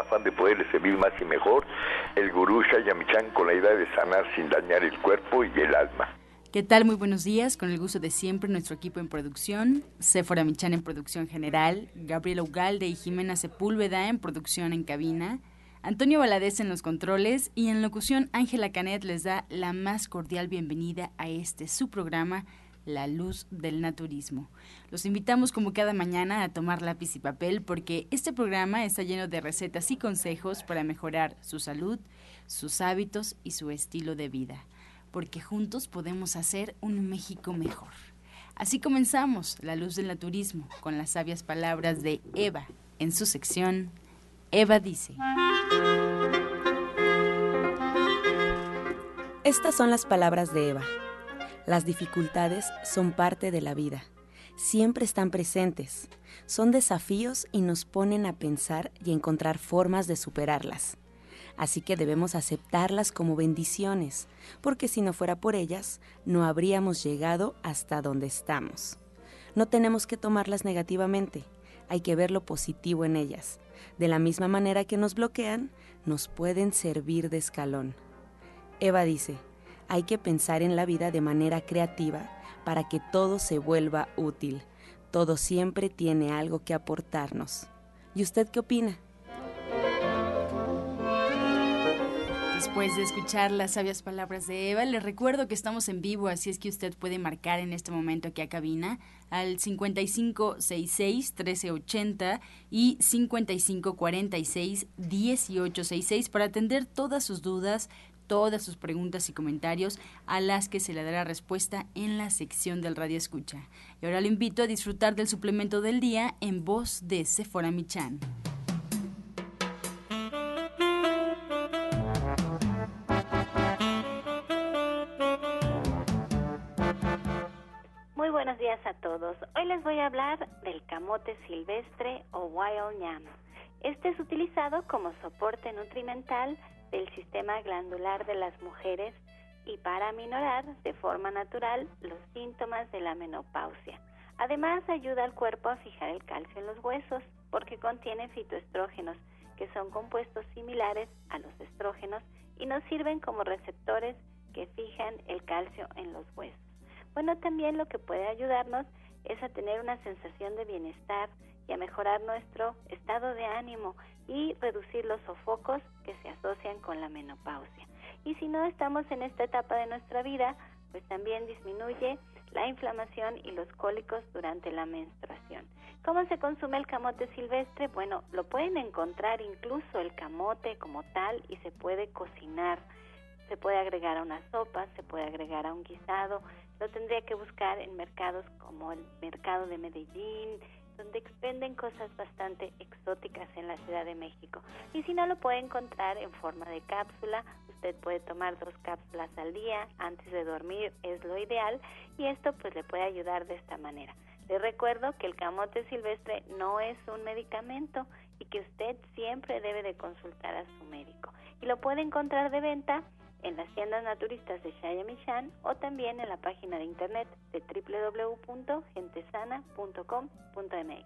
afán de poderles servir más y mejor, el gurú Shayamichan, con la idea de sanar sin dañar el cuerpo y el alma. ¿Qué tal? Muy buenos días, con el gusto de siempre, nuestro equipo en producción, Séfora Michan en producción general, Gabriela Ugalde y Jimena Sepúlveda en producción en cabina, Antonio Valadez en los controles y en locución Ángela Canet les da la más cordial bienvenida a su programa, La Luz del Naturismo. Los invitamos como cada mañana a tomar lápiz y papel porque este programa está lleno de recetas y consejos para mejorar su salud, sus hábitos y su estilo de vida, porque juntos podemos hacer un México mejor. Así comenzamos La Luz del Naturismo con las sabias palabras de Eva en su sección Eva dice. Estas son las palabras de Eva. Las dificultades son parte de la vida. Siempre están presentes. Son desafíos y nos ponen a pensar y encontrar formas de superarlas. Así que debemos aceptarlas como bendiciones, porque si no fuera por ellas, no habríamos llegado hasta donde estamos. No tenemos que tomarlas negativamente, hay que ver lo positivo en ellas. De la misma manera que nos bloquean, nos pueden servir de escalón. Eva dice, hay que pensar en la vida de manera creativa para que todo se vuelva útil. Todo siempre tiene algo que aportarnos. ¿Y usted qué opina? Después de escuchar las sabias palabras de Eva, les recuerdo que estamos en vivo, así es que usted puede marcar en este momento aquí a cabina al 5566-1380 y 5546-1866 para atender todas sus dudas, todas sus preguntas y comentarios a las que se le dará respuesta en la sección del Radio Escucha. Y ahora lo invito a disfrutar del suplemento del día en voz de Séfora Michan. Muy buenos días a todos. Hoy les voy a hablar del camote silvestre o wild yam. Este es utilizado como soporte nutrimental del sistema glandular de las mujeres y para aminorar de forma natural los síntomas de la menopausia. Además, ayuda al cuerpo a fijar el calcio en los huesos porque contiene fitoestrógenos, que son compuestos similares a los estrógenos y nos sirven como receptores que fijan el calcio en los huesos. Bueno, también lo que puede ayudarnos es a tener una sensación de bienestar y a mejorar nuestro estado de ánimo y reducir los sofocos que se asocian con la menopausia. Y si no estamos en esta etapa de nuestra vida, pues también disminuye la inflamación y los cólicos durante la menstruación. ¿Cómo se consume el camote silvestre? Bueno, lo pueden encontrar incluso el camote como tal y se puede cocinar. Se puede agregar a una sopa, se puede agregar a un guisado. Lo tendría que buscar en mercados como el mercado de Medellín, donde venden cosas bastante exóticas en la Ciudad de México. Y si no, lo puede encontrar en forma de cápsula. Usted puede tomar 2 cápsulas al día antes de dormir, es lo ideal, y esto pues le puede ayudar de esta manera. Le recuerdo que el camote silvestre no es un medicamento y que usted siempre debe de consultar a su médico. Y lo puede encontrar de venta en las tiendas naturistas de Shayamichan o también en la página de internet de www.gentesana.com.mx.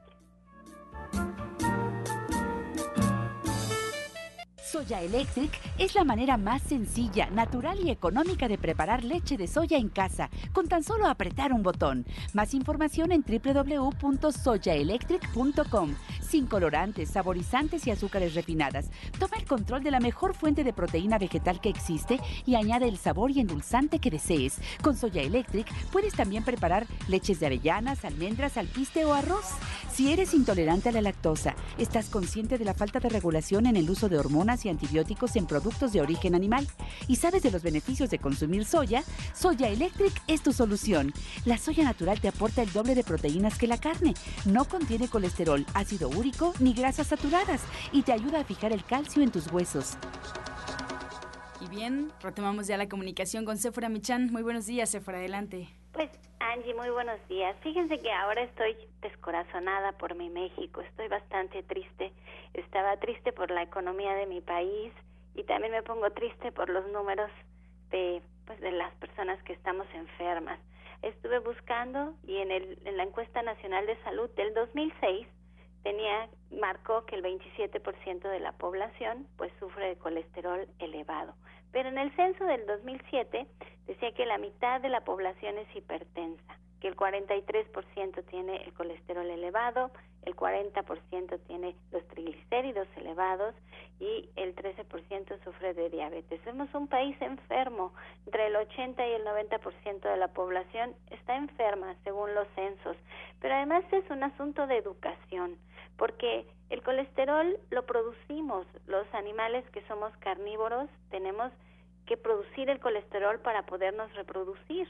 Soya Electric es la manera más sencilla, natural y económica de preparar leche de soya en casa, con tan solo apretar un botón. Más información en www.soyaelectric.com. Sin colorantes, saborizantes y azúcares refinadas. Toma el control de la mejor fuente de proteína vegetal que existe y añade el sabor y endulzante que desees. Con Soya Electric puedes también preparar leches de avellanas, almendras, alpiste o arroz. Si eres intolerante a la lactosa, estás consciente de la falta de regulación en el uso de hormonas y antibióticos en productos de origen animal y sabes de los beneficios de consumir soya, Soya Electric es tu solución. La soya natural te aporta el doble de proteínas que la carne, no contiene colesterol, ácido úrico ni grasas saturadas y te ayuda a fijar el calcio en tus huesos. Y bien, retomamos ya la comunicación con Séfora Michan. Muy buenos días, Séfora, adelante. Pues Angie, muy buenos días. Fíjense que ahora estoy descorazonada por mi México, estoy bastante triste. Estaba triste por la economía de mi país y también me pongo triste por los números de las personas que estamos enfermas. Estuve buscando y en la encuesta nacional de salud del 2006 marcó que el 27% de la población pues sufre de colesterol elevado. Pero en el censo del 2007 decía que la mitad de la población es hipertensa, que el 43% tiene el colesterol elevado, el 40% tiene los triglicéridos elevados y el 13% sufre de diabetes. Somos un país enfermo, entre el 80 y el 90% de la población está enferma según los censos, pero además es un asunto de educación, porque el colesterol lo producimos, los animales que somos carnívoros tenemos que producir el colesterol para podernos reproducir.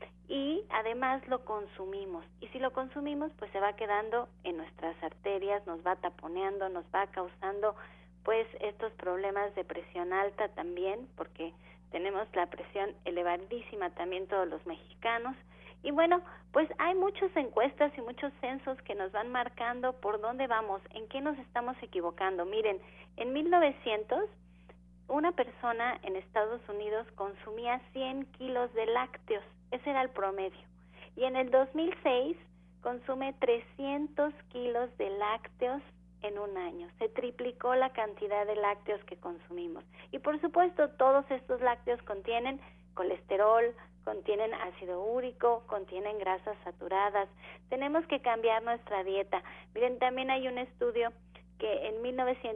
Y además lo consumimos, y si lo consumimos pues se va quedando en nuestras arterias, nos va taponeando, nos va causando pues estos problemas de presión alta también, porque tenemos la presión elevadísima también todos los mexicanos. Y bueno, pues hay muchas encuestas y muchos censos que nos van marcando por dónde vamos, en qué nos estamos equivocando. Miren, en 1900 una persona en Estados Unidos consumía 100 kilos de lácteos, ese era el promedio. Y en el 2006 consume 300 kilos de lácteos en un año. Se triplicó la cantidad de lácteos que consumimos. Y por supuesto, todos estos lácteos contienen colesterol, contienen ácido úrico, contienen grasas saturadas. Tenemos que cambiar nuestra dieta. Miren, también hay un estudio que en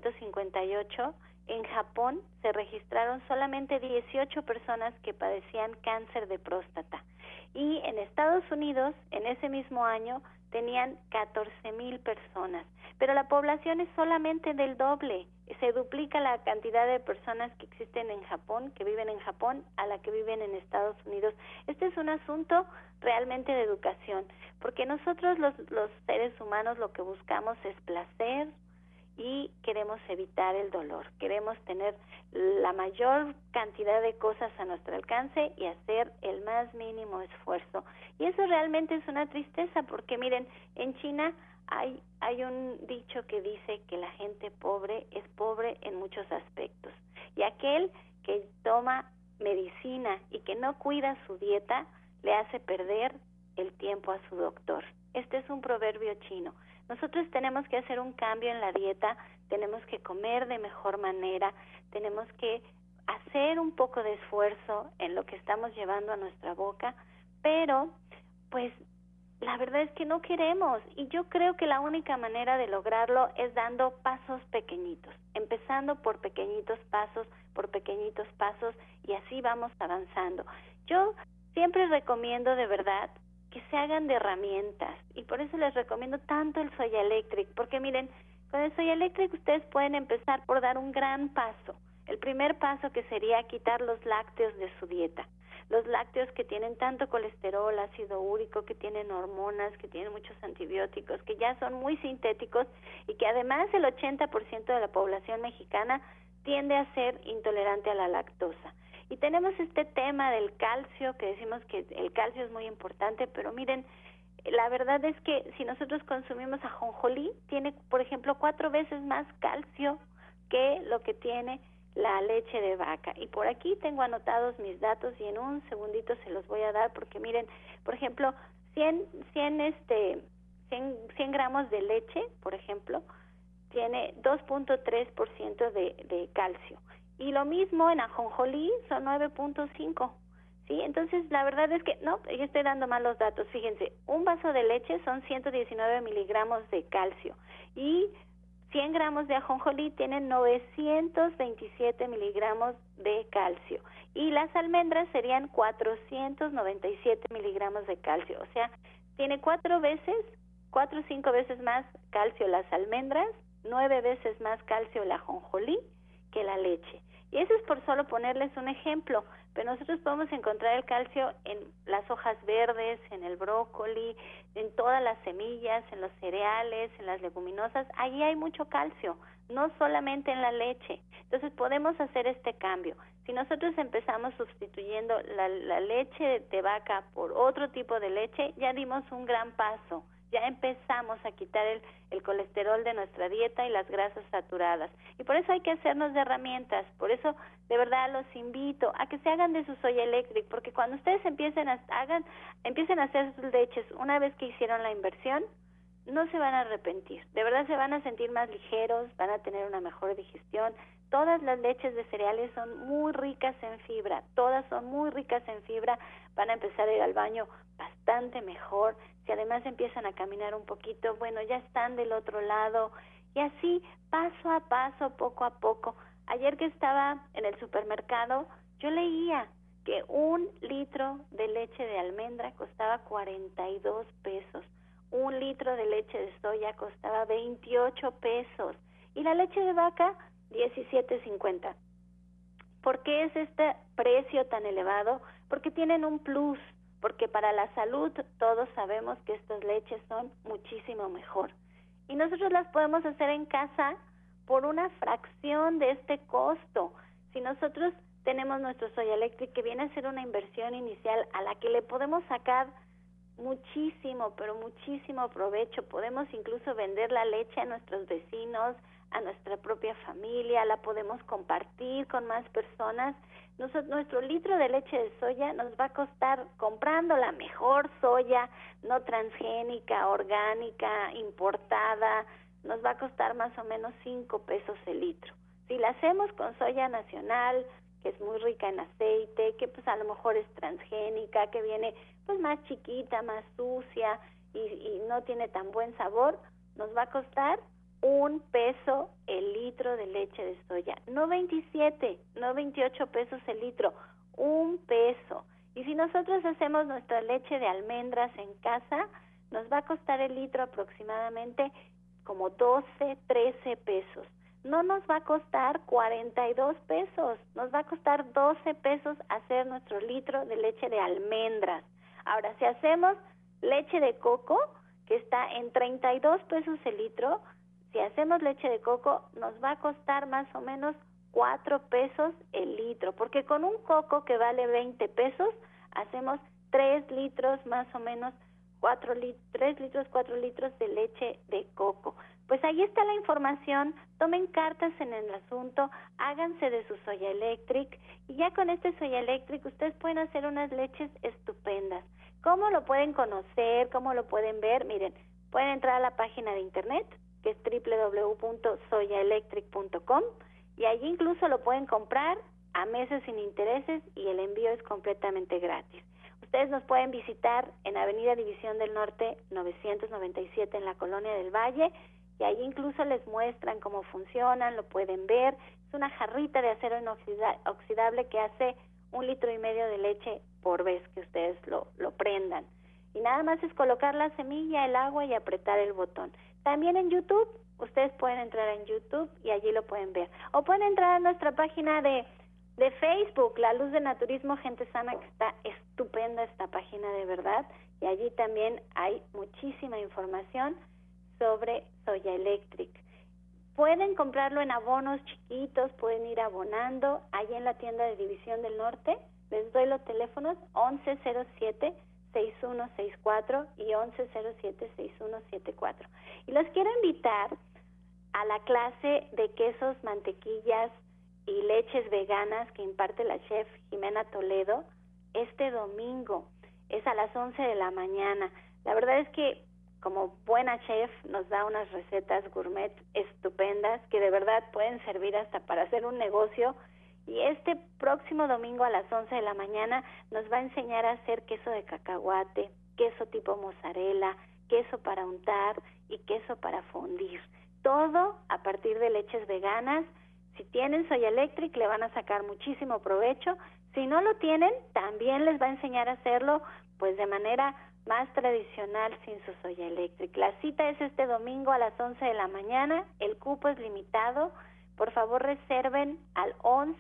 1958 en Japón se registraron solamente 18 personas que padecían cáncer de próstata. Y en Estados Unidos, en ese mismo año, tenían 14,000 personas. Pero la población es solamente del doble. Se duplica la cantidad de personas que existen en Japón, que viven en Japón, a la que viven en Estados Unidos. Este es un asunto realmente de educación, porque nosotros los seres humanos lo que buscamos es placer, y queremos evitar el dolor, queremos tener la mayor cantidad de cosas a nuestro alcance y hacer el más mínimo esfuerzo. Y eso realmente es una tristeza, porque miren, en China hay un dicho que dice que la gente pobre es pobre en muchos aspectos, y aquel que toma medicina y que no cuida su dieta le hace perder el tiempo a su doctor. Este es un proverbio chino. Nosotros tenemos que hacer un cambio en la dieta, tenemos que comer de mejor manera, tenemos que hacer un poco de esfuerzo en lo que estamos llevando a nuestra boca, pero pues la verdad es que no queremos, y yo creo que la única manera de lograrlo es dando pasos pequeñitos, empezando por pequeñitos pasos, y así vamos avanzando. Yo siempre recomiendo de verdad que se hagan de herramientas, y por eso les recomiendo tanto el Soya Electric, porque miren, con el Soya Electric ustedes pueden empezar por dar un gran paso. El primer paso, que sería quitar los lácteos de su dieta, los lácteos que tienen tanto colesterol, ácido úrico, que tienen hormonas, que tienen muchos antibióticos, que ya son muy sintéticos, y que además el 80% de la población mexicana tiende a ser intolerante a la lactosa. Y tenemos este tema del calcio, que decimos que el calcio es muy importante, pero miren, la verdad es que si nosotros consumimos ajonjolí, tiene, por ejemplo, 4 veces más calcio que lo que tiene la leche de vaca. Y por aquí tengo anotados mis datos y en un segundito se los voy a dar, porque miren, por ejemplo, 100 gramos de leche, por ejemplo, tiene 2.3% de calcio. Y lo mismo en ajonjolí son 9.5, ¿sí? Entonces, la verdad es que, no, yo estoy dando mal los datos. Fíjense, un vaso de leche son 119 miligramos de calcio y 100 gramos de ajonjolí tienen 927 miligramos de calcio. Y las almendras serían 497 miligramos de calcio. O sea, tiene 4 o 5 veces más calcio las almendras, 9 veces más calcio el ajonjolí que la leche. Y eso es por solo ponerles un ejemplo, pero nosotros podemos encontrar el calcio en las hojas verdes, en el brócoli, en todas las semillas, en los cereales, en las leguminosas. Allí hay mucho calcio, no solamente en la leche. Entonces podemos hacer este cambio. Si nosotros empezamos sustituyendo la leche de vaca por otro tipo de leche, ya dimos un gran paso. Ya empezamos a quitar el colesterol de nuestra dieta y las grasas saturadas. Y por eso hay que hacernos de herramientas. Por eso, de verdad, los invito a que se hagan de su Soya Electric, porque cuando ustedes empiecen a hacer sus leches una vez que hicieron la inversión, no se van a arrepentir. De verdad se van a sentir más ligeros, van a tener una mejor digestión. Todas las leches de cereales son muy ricas en fibra, todas son muy ricas en fibra, van a empezar a ir al baño bastante mejor. Si además empiezan a caminar un poquito, bueno, ya están del otro lado, y así paso a paso, poco a poco. Ayer que estaba en el supermercado, yo leía que 1 litro de leche de almendra costaba 42 pesos, 1 litro de leche de soya costaba 28 pesos, y la leche de vaca 17.50. ¿Por qué es este precio tan elevado? Porque tienen un plus, porque para la salud todos sabemos que estas leches son muchísimo mejor. Y nosotros las podemos hacer en casa por una fracción de este costo. Si nosotros tenemos nuestro Soya Electric, que viene a ser una inversión inicial a la que le podemos sacar muchísimo, pero muchísimo provecho. Podemos incluso vender la leche a nuestros vecinos, a nuestra propia familia, la podemos compartir con más personas. Nuestro litro de leche de soya nos va a costar, comprando la mejor soya, no transgénica, orgánica, importada, nos va a costar más o menos 5 pesos el litro. Si la hacemos con soya nacional, que es muy rica en aceite, que pues a lo mejor es transgénica, que viene pues más chiquita, más sucia y no tiene tan buen sabor, nos va a costar 1 peso el litro de leche de soya, no 27, no 28 pesos el litro, 1 peso. Y si nosotros hacemos nuestra leche de almendras en casa, nos va a costar el litro aproximadamente como 12, 13 pesos. No nos va a costar 42 pesos, nos va a costar 12 pesos hacer nuestro litro de leche de almendras. Ahora, si hacemos leche de coco, que está en 32 pesos el litro, si hacemos leche de coco, nos va a costar más o menos 4 pesos el litro, porque con un coco que vale 20 pesos, hacemos 3 litros más o menos, 4 litros de leche de coco. Pues ahí está la información, tomen cartas en el asunto, háganse de su Soya Electric, y ya con este Soya Electric ustedes pueden hacer unas leches estupendas. ¿Cómo lo pueden conocer? ¿Cómo lo pueden ver? Miren, pueden entrar a la página de internet, que es www.soyaelectric.com, y allí incluso lo pueden comprar a meses sin intereses y el envío es completamente gratis. Ustedes nos pueden visitar en Avenida División del Norte 997 en la Colonia del Valle, y ahí incluso les muestran cómo funcionan, lo pueden ver. Es una jarrita de acero inoxidable que hace 1,5 litros de leche por vez que ustedes lo prendan. Y nada más es colocar la semilla, el agua y apretar el botón. También en YouTube, ustedes pueden entrar en YouTube y allí lo pueden ver. O pueden entrar a nuestra página de Facebook, La Luz de Naturismo Gente Sana, que está estupenda esta página de verdad. Y allí también hay muchísima información sobre Soya Electric. Pueden comprarlo en abonos chiquitos, pueden ir abonando ahí en la tienda de División del Norte. Les doy los teléfonos 1107-6164 y 1107-6174. Y los quiero invitar a la clase de quesos, mantequillas y leches veganas que imparte la chef Jimena Toledo este domingo. Es a las 11 de la mañana. La verdad es que como buena chef nos da unas recetas gourmet estupendas que de verdad pueden servir hasta para hacer un negocio. Y este próximo domingo a las 11 de la mañana nos va a enseñar a hacer queso de cacahuate, queso tipo mozzarella, queso para untar y queso para fundir. Todo a partir de leches veganas. Si tienen Soya Electric le van a sacar muchísimo provecho. Si no lo tienen, también les va a enseñar a hacerlo pues de manera más tradicional sin su Soya Electric. La cita es este domingo a las 11 de la mañana. El cupo es limitado. Por favor, reserven al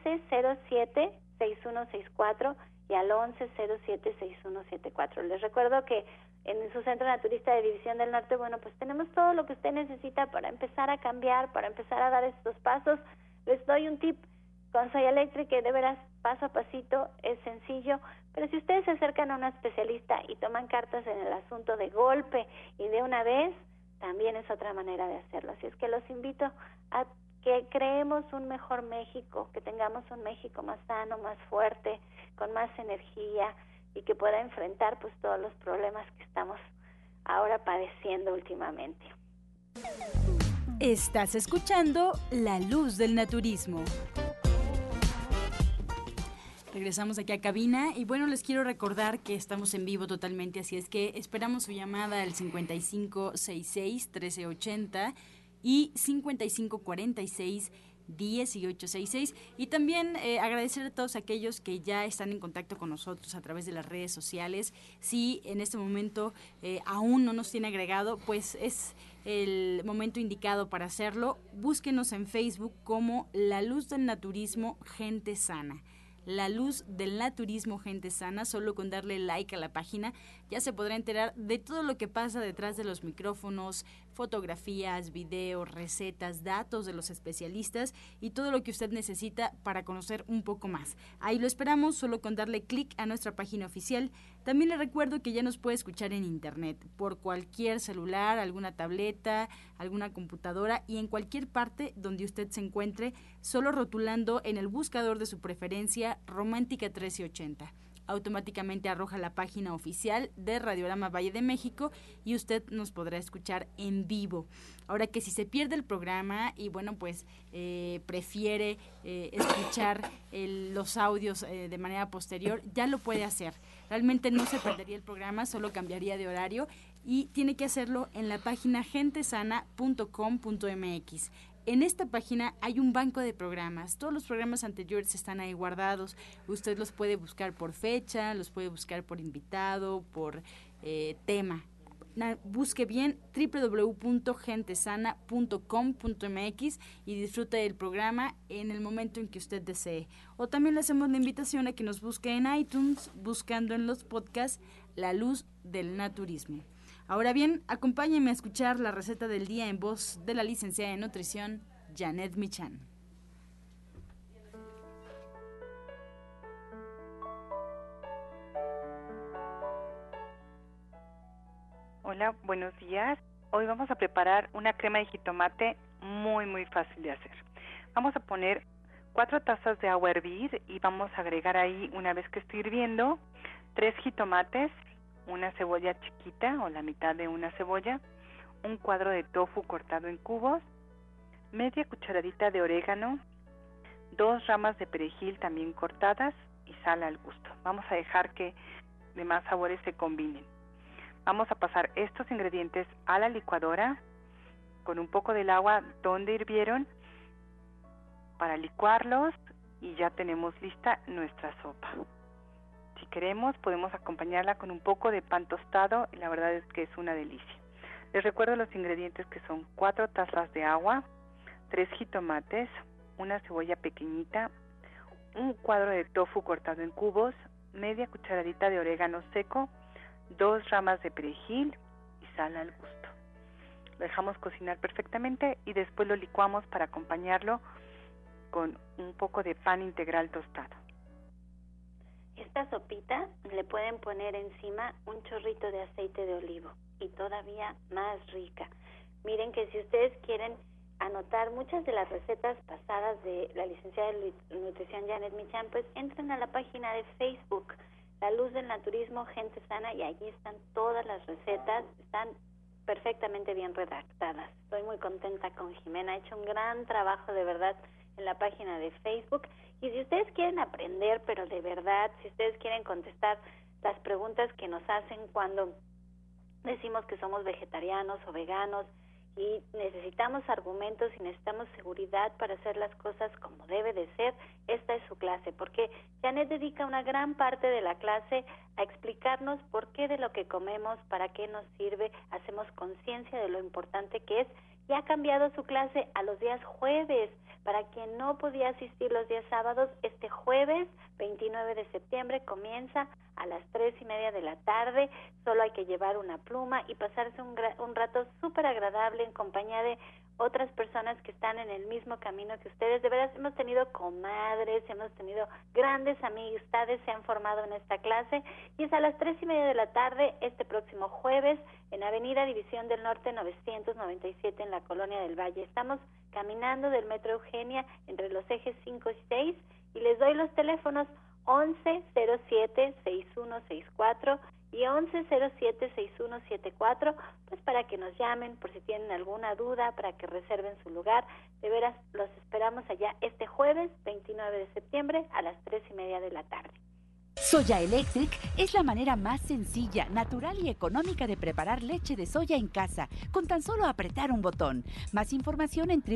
1107-6164 y al 1107-6174. Les recuerdo que en su Centro Naturista de División del Norte, bueno, pues tenemos todo lo que usted necesita para empezar a cambiar, para empezar a dar estos pasos. Les doy un tip con Soya Electric que de veras paso a pasito es sencillo, pero si ustedes se acercan a una especialista y toman cartas en el asunto de golpe y de una vez, también es otra manera de hacerlo. Así es que los invito a que creemos un mejor México, que tengamos un México más sano, más fuerte, con más energía y que pueda enfrentar pues todos los problemas que estamos ahora padeciendo últimamente. Estás escuchando La Luz del Naturismo. Regresamos aquí a cabina y bueno, les quiero recordar que estamos en vivo totalmente, así es que esperamos su llamada al 5566-1380 y 5546-1866 y también agradecer a todos aquellos que ya están en contacto con nosotros a través de las redes sociales. Si en este momento aún no nos tiene agregado, pues es el momento indicado para hacerlo. Búsquenos en Facebook como La Luz del Naturismo Gente Sana. La Luz del Naturismo Gente Sana. Solo con darle like a la página ya se podrá enterar de todo lo que pasa detrás de los micrófonos, fotografías, videos, recetas, datos de los especialistas y todo lo que usted necesita para conocer un poco más. Ahí lo esperamos, solo con darle clic a nuestra página oficial. También le recuerdo que ya nos puede escuchar en internet, por cualquier celular, alguna tableta, alguna computadora y en cualquier parte donde usted se encuentre, solo rotulando en el buscador de su preferencia Romántica 1380. Automáticamente arroja la página oficial de Radiorama Valle de México y usted nos podrá escuchar en vivo. Ahora que si se pierde el programa y bueno, pues prefiere escuchar los audios de manera posterior, ya lo puede hacer. Realmente no se perdería el programa, solo cambiaría de horario y tiene que hacerlo en la página gentesana.com.mx. En esta página hay un banco de programas. Todos los programas anteriores están ahí guardados. Usted los puede buscar por fecha, los puede buscar por invitado, por tema. Busque bien www.gentesana.com.mx y disfrute del programa en el momento en que usted desee. O también le hacemos la invitación a que nos busque en iTunes, buscando en los podcasts La Luz del Naturismo. Ahora bien, acompáñenme a escuchar la receta del día en voz de la licenciada en nutrición, Janet Michan. Hola, buenos días. Hoy vamos a preparar una crema de jitomate muy fácil de hacer. Vamos a poner 4 tazas de agua a hervir y vamos a agregar ahí, una vez que esté hirviendo, 3 jitomates, una cebolla chiquita o la mitad de una cebolla, un cuadro de tofu cortado en cubos, media cucharadita de orégano, 2 ramas de perejil también cortadas y sal al gusto. Vamos a dejar que demás sabores se combinen. Vamos a pasar estos ingredientes a la licuadora con un poco del agua donde hirvieron para licuarlos y ya tenemos lista nuestra sopa. Si queremos, podemos acompañarla con un poco de pan tostado y la verdad es que es una delicia. Les recuerdo los ingredientes que son 4 tazas de agua, 3 jitomates, una cebolla pequeñita, un cuadro de tofu cortado en cubos, media cucharadita de orégano seco, 2 ramas de perejil y sal al gusto. Lo dejamos cocinar perfectamente y después lo licuamos para acompañarlo con un poco de pan integral tostado. Esta sopita le pueden poner encima un chorrito de aceite de olivo y todavía más rica. Miren que si ustedes quieren anotar muchas de las recetas pasadas de la licenciada de nutrición Janet Michan, pues entren a la página de Facebook, La Luz del Naturismo Gente Sana, y allí están todas las recetas, están perfectamente bien redactadas. Estoy muy contenta con Jimena, ha hecho un gran trabajo de verdad en la página de Facebook. Y si ustedes quieren aprender, pero de verdad, si ustedes quieren contestar las preguntas que nos hacen cuando decimos que somos vegetarianos o veganos y necesitamos argumentos y necesitamos seguridad para hacer las cosas como debe de ser, esta es su clase, porque Janet dedica una gran parte de la clase a explicarnos por qué de lo que comemos, para qué nos sirve, hacemos conciencia de lo importante que es, y ha cambiado su clase a los días jueves. Para quien no podía asistir los días sábados, este jueves 29 de septiembre comienza a las 3:30 de la tarde. Solo hay que llevar una pluma y pasarse un rato súper agradable en compañía de otras personas que están en el mismo camino que ustedes. De verdad, hemos tenido comadres, hemos tenido grandes amistades, se han formado en esta clase, y es a las 3:30 de la tarde este próximo jueves en Avenida División del Norte 997 en la Colonia del Valle. Estamos caminando del Metro Eugenia entre los ejes 5 y 6 y les doy los teléfonos 11-07-6164 y 1107-6174, pues para que nos llamen por si tienen alguna duda, para que reserven su lugar. De veras, los esperamos allá este jueves 29 de septiembre a las 3:30 de la tarde. Soya Electric es la manera más sencilla, natural y económica de preparar leche de soya en casa, con tan solo apretar un botón. Más información en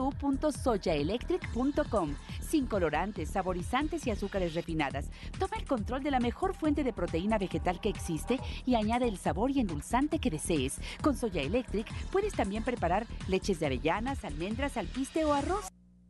www.soyaelectric.com. Sin colorantes, saborizantes y azúcares refinadas. Toma el control de la mejor fuente de proteína vegetal que existe y añade el sabor y endulzante que desees. Con Soya Electric puedes también preparar leches de avellanas, almendras, alpiste o arroz.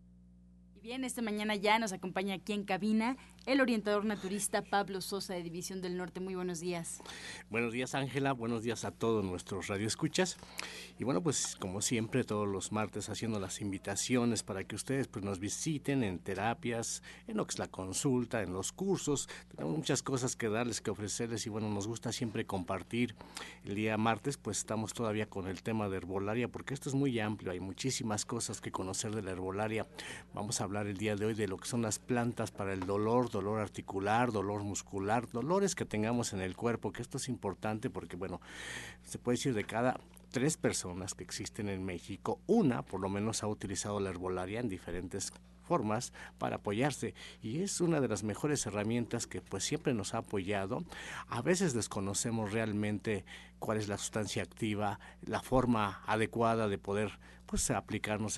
Bien, esta mañana ya nos acompaña aquí en cabina el orientador naturista Pablo Sosa de División del Norte. Muy buenos días. Buenos días, Ángela. Buenos días a todos nuestros radioescuchas. Y bueno, pues como siempre, todos los martes haciendo las invitaciones para que ustedes pues nos visiten en terapias, en lo que es la consulta, en los cursos. Tenemos muchas cosas que darles, que ofrecerles y bueno, nos gusta siempre compartir. El día martes pues estamos todavía con el tema de herbolaria porque esto es muy amplio, hay muchísimas cosas que conocer de la herbolaria. Vamos a hablar el día de hoy de lo que son las plantas para el dolor articular, dolor muscular, dolores que tengamos en el cuerpo, que esto es importante porque, bueno, se puede decir de cada 3 personas que existen en México, una por lo menos ha utilizado la herbolaria en diferentes formas para apoyarse y es una de las mejores herramientas que pues siempre nos ha apoyado. A veces desconocemos realmente cuál es la sustancia activa, la forma adecuada de poder pues aplicarnos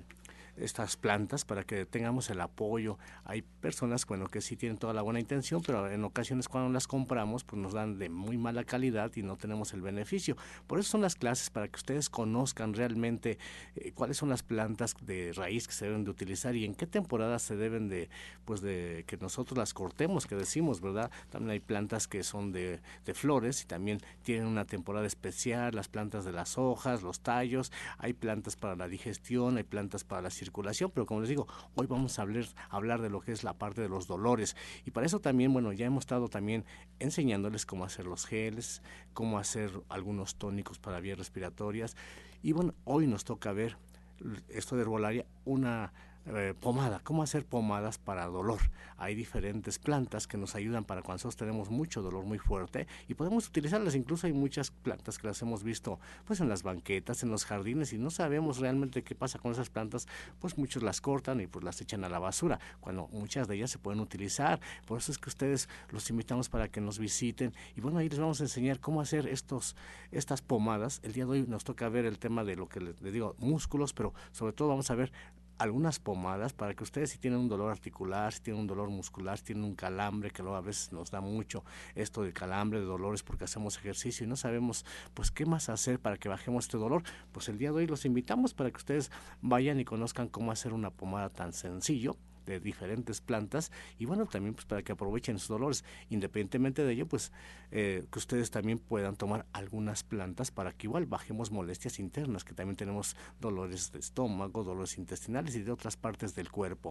estas plantas para que tengamos el apoyo. Hay personas, bueno, que sí tienen toda la buena intención, pero en ocasiones cuando las compramos, pues nos dan de muy mala calidad y no tenemos el beneficio. Por eso son las clases, para que ustedes conozcan realmente cuáles son las plantas de raíz que se deben de utilizar y en qué temporada se deben de, pues de que nosotros las cortemos, que decimos, ¿verdad? También hay plantas que son de flores y también tienen una temporada especial, las plantas de las hojas, los tallos, hay plantas para la digestión, hay plantas para la circulación, pero como les digo, hoy vamos a hablar de lo que es la parte de los dolores y para eso también, bueno, ya hemos estado también enseñándoles cómo hacer los geles, cómo hacer algunos tónicos para vías respiratorias y bueno, hoy nos toca ver esto de herbolaria, una pomada, cómo hacer pomadas para dolor. Hay diferentes plantas que nos ayudan para cuando nosotros tenemos mucho dolor muy fuerte y podemos utilizarlas. Incluso hay muchas plantas que las hemos visto pues en las banquetas, en los jardines y no sabemos realmente qué pasa con esas plantas, pues muchos las cortan y pues las echan a la basura, cuando muchas de ellas se pueden utilizar. Por eso es que ustedes los invitamos para que nos visiten y bueno, ahí les vamos a enseñar cómo hacer estas pomadas. El día de hoy nos toca ver el tema de lo que les digo, músculos, pero sobre todo vamos a ver algunas pomadas para que ustedes si tienen un dolor articular, si tienen un dolor muscular, si tienen un calambre, que luego a veces nos da mucho esto de calambre, de dolores porque hacemos ejercicio y no sabemos pues qué más hacer para que bajemos este dolor, pues el día de hoy los invitamos para que ustedes vayan y conozcan cómo hacer una pomada tan sencillo de diferentes plantas y bueno, también pues para que aprovechen sus dolores. Independientemente de ello, pues que ustedes también puedan tomar algunas plantas para que igual bajemos molestias internas, que también tenemos dolores de estómago, dolores intestinales y de otras partes del cuerpo.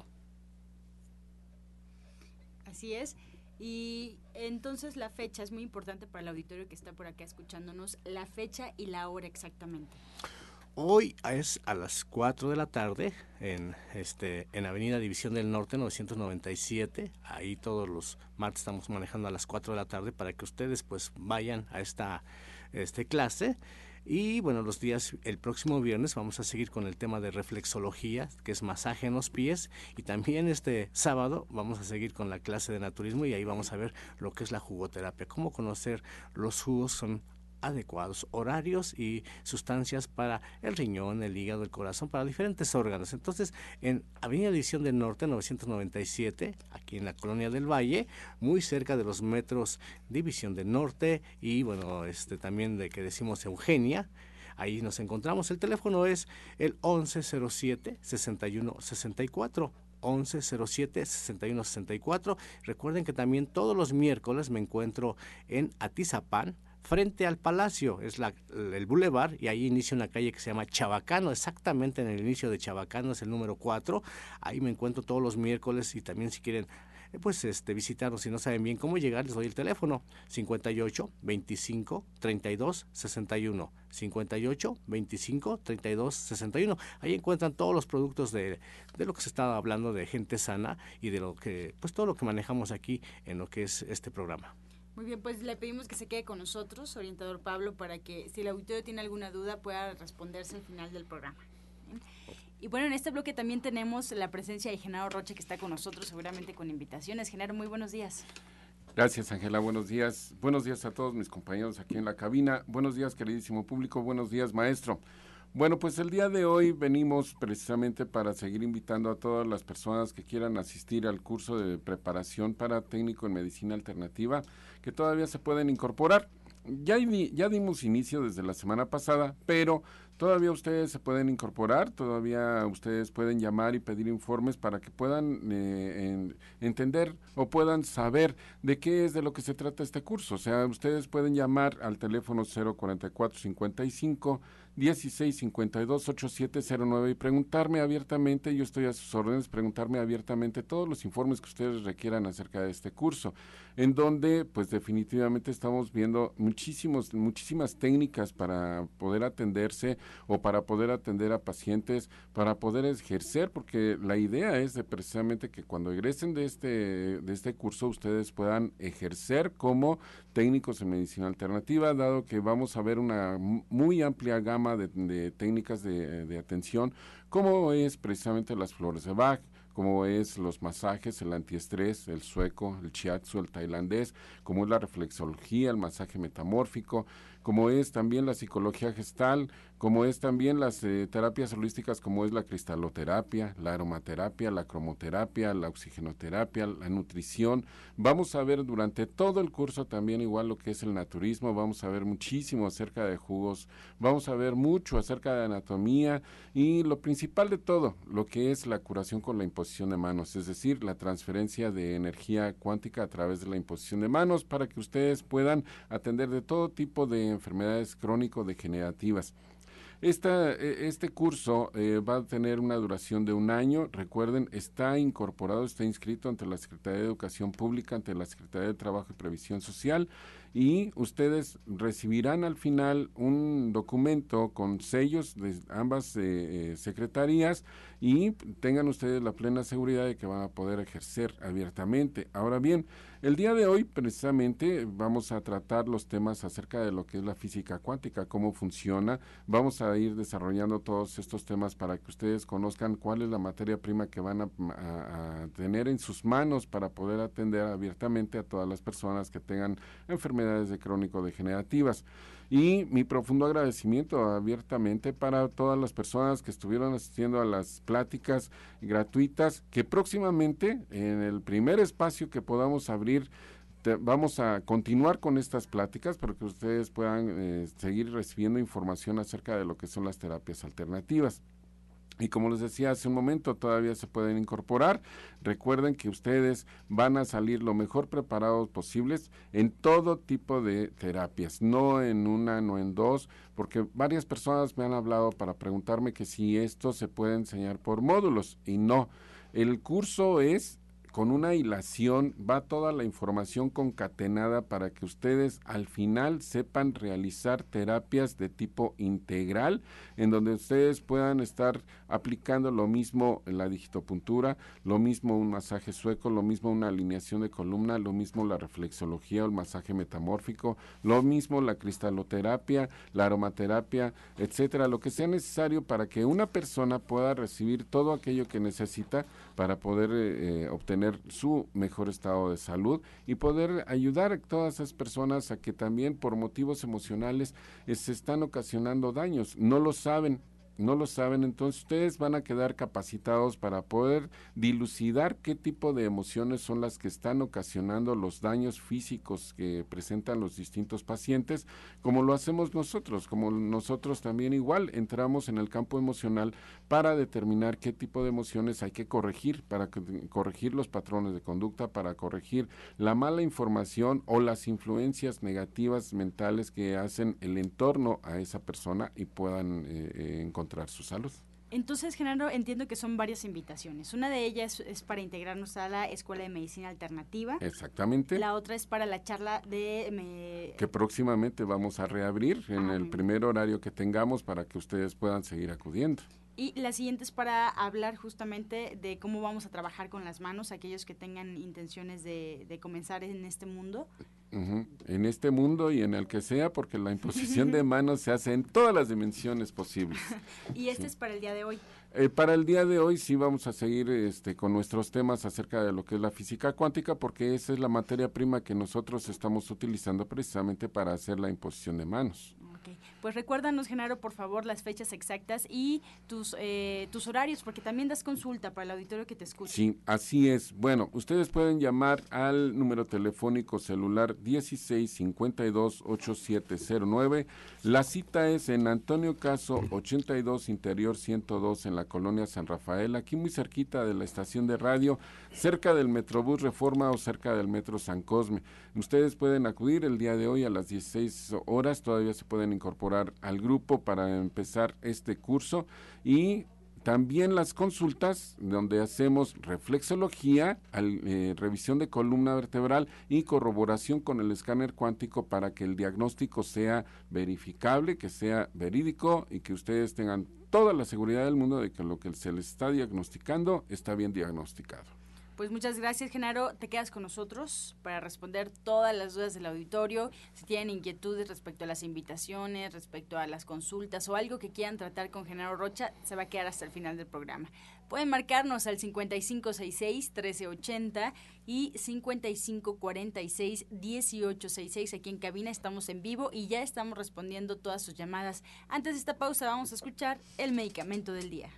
Así es. Y entonces la fecha es muy importante para el auditorio que está por acá escuchándonos, la fecha y la hora exactamente. Hoy es a las 4 de la tarde en Avenida División del Norte 997. Ahí todos los martes estamos manejando a las 4 de la tarde para que ustedes pues vayan a esta clase. Y bueno, el próximo viernes vamos a seguir con el tema de reflexología, que es masaje en los pies. Y también este sábado vamos a seguir con la clase de naturismo y ahí vamos a ver lo que es la jugoterapia, cómo conocer los jugos son adecuados, horarios y sustancias para el riñón, el hígado, el corazón, para diferentes órganos. Entonces, en Avenida División del Norte 997, aquí en la Colonia del Valle, muy cerca de los metros División del Norte y bueno, también de que decimos Eugenia. Ahí nos encontramos. El teléfono es el 1107-6164. 1107-6164. Recuerden que también todos los miércoles me encuentro en Atizapán, frente al Palacio, es el Boulevard, y ahí inicia una calle que se llama Chabacano, exactamente en el inicio de Chabacano, es el número 4, ahí me encuentro todos los miércoles y también si quieren visitarnos, si no saben bien cómo llegar, les doy el teléfono, 58 25 32 61, 58 25 32 61, ahí encuentran todos los productos de lo que se estaba hablando de gente sana y de lo que, pues todo lo que manejamos aquí en lo que es este programa. Muy bien, pues le pedimos que se quede con nosotros, orientador Pablo, para que si el auditorio tiene alguna duda pueda responderse al final del programa. ¿Bien? Y bueno, en este bloque también tenemos la presencia de Genaro Rocha, que está con nosotros, seguramente con invitaciones. Genaro, muy buenos días. Gracias, Ángela, buenos días. Buenos días a todos mis compañeros aquí en la cabina. Buenos días, queridísimo público. Buenos días, maestro. Bueno, pues el día de hoy venimos precisamente para seguir invitando a todas las personas que quieran asistir al curso de preparación para técnico en medicina alternativa, que todavía se pueden incorporar. Ya dimos inicio desde la semana pasada, pero todavía ustedes se pueden incorporar, todavía ustedes pueden llamar y pedir informes para que puedan entender o puedan saber de qué es de lo que se trata este curso. O sea, ustedes pueden llamar al teléfono 044-55 1652 8709 y preguntarme abiertamente, yo estoy a sus órdenes, preguntarme abiertamente todos los informes que ustedes requieran acerca de este curso, en donde pues definitivamente estamos viendo muchísimas técnicas para poder atenderse o para poder atender a pacientes, para poder ejercer, porque la idea es de precisamente que cuando egresen de este curso ustedes puedan ejercer como técnicos en medicina alternativa, dado que vamos a ver una muy amplia gama de técnicas de atención, como es precisamente las flores de Bach, como es los masajes, el antiestrés, el sueco, el shiatsu, el tailandés, como es la reflexología, el masaje metamórfico, como es también la psicología gestal, como es también las terapias holísticas, como es la cristaloterapia, la aromaterapia, la cromoterapia, la oxigenoterapia, la nutrición. Vamos a ver durante todo el curso también igual lo que es el naturismo, vamos a ver muchísimo acerca de jugos, vamos a ver mucho acerca de anatomía y lo principal de todo, lo que es la curación con la imposición de manos, es decir, la transferencia de energía cuántica a través de la imposición de manos para que ustedes puedan atender de todo tipo de enfermedades crónico-degenerativas. Este curso va a tener una duración de 1 año. Recuerden, está incorporado, está inscrito ante la Secretaría de Educación Pública, ante la Secretaría de Trabajo y Previsión Social, y ustedes recibirán al final un documento con sellos de ambas secretarías y tengan ustedes la plena seguridad de que van a poder ejercer abiertamente. Ahora bien, el día de hoy precisamente vamos a tratar los temas acerca de lo que es la física cuántica, cómo funciona. Vamos a ir desarrollando todos estos temas para que ustedes conozcan cuál es la materia prima que van a tener en sus manos para poder atender abiertamente a todas las personas que tengan enfermedades de crónico-degenerativas. Y mi profundo agradecimiento abiertamente para todas las personas que estuvieron asistiendo a las pláticas gratuitas, que próximamente en el primer espacio que podamos abrir vamos a continuar con estas pláticas para que ustedes puedan seguir recibiendo información acerca de lo que son las terapias alternativas. Y como les decía hace un momento, todavía se pueden incorporar. Recuerden que ustedes van a salir lo mejor preparados posibles en todo tipo de terapias, no en una, no en dos, porque varias personas me han hablado para preguntarme que si esto se puede enseñar por módulos, y no. El curso es con una hilación, va toda la información concatenada para que ustedes al final sepan realizar terapias de tipo integral, en donde ustedes puedan estar aplicando lo mismo en la digitopuntura, lo mismo un masaje sueco, lo mismo una alineación de columna, lo mismo la reflexología o el masaje metamórfico, lo mismo la cristaloterapia, la aromaterapia, etcétera, lo que sea necesario para que una persona pueda recibir todo aquello que necesita para poder obtener su mejor estado de salud y poder ayudar a todas esas personas a que también por motivos emocionales se están ocasionando daños, no lo saben, entonces ustedes van a quedar capacitados para poder dilucidar qué tipo de emociones son las que están ocasionando los daños físicos que presentan los distintos pacientes, como lo hacemos nosotros, como nosotros también igual entramos en el campo emocional para determinar qué tipo de emociones hay que corregir, para corregir los patrones de conducta, para corregir la mala información o las influencias negativas mentales que hacen el entorno a esa persona y puedan encontrar su salud. Entonces, Genaro, entiendo que son varias invitaciones. Una de ellas es para integrarnos a la Escuela de Medicina Alternativa. Exactamente. La otra es para la charla de... que próximamente vamos a reabrir en el primer horario que tengamos para que ustedes puedan seguir acudiendo. Y la siguiente es para hablar justamente de cómo vamos a trabajar con las manos, aquellos que tengan intenciones de comenzar en este mundo. En este mundo y en el que sea, porque la imposición de manos se hace en todas las dimensiones posibles. Y este es para el día de hoy. Para el día de hoy sí vamos a seguir con nuestros temas acerca de lo que es la física cuántica, porque esa es la materia prima que nosotros estamos utilizando precisamente para hacer la imposición de manos. Okay. Pues recuérdanos, Genaro, por favor, las fechas exactas y tus horarios, porque también das consulta para el auditorio que te escucha. Sí, así es. Bueno, ustedes pueden llamar al número telefónico celular 1652-8709. La cita es en Antonio Caso 82 Interior 102 en la colonia San Rafael, aquí muy cerquita de la estación de radio, cerca del Metrobús Reforma o cerca del Metro San Cosme. Ustedes pueden acudir el día de hoy a las 16 horas, todavía se pueden incorporar al grupo para empezar este curso, y también las consultas donde hacemos reflexología, revisión de columna vertebral y corroboración con el escáner cuántico para que el diagnóstico sea verificable, que sea verídico y que ustedes tengan toda la seguridad del mundo de que lo que se les está diagnosticando está bien diagnosticado. Pues muchas gracias, Genaro. Te quedas con nosotros para responder todas las dudas del auditorio. Si tienen inquietudes respecto a las invitaciones, respecto a las consultas o algo que quieran tratar con Genaro Rocha, se va a quedar hasta el final del programa. Pueden marcarnos al 5566-1380 y 5546-1866. Aquí en cabina estamos en vivo y ya estamos respondiendo todas sus llamadas. Antes de esta pausa vamos a escuchar el medicamento del día.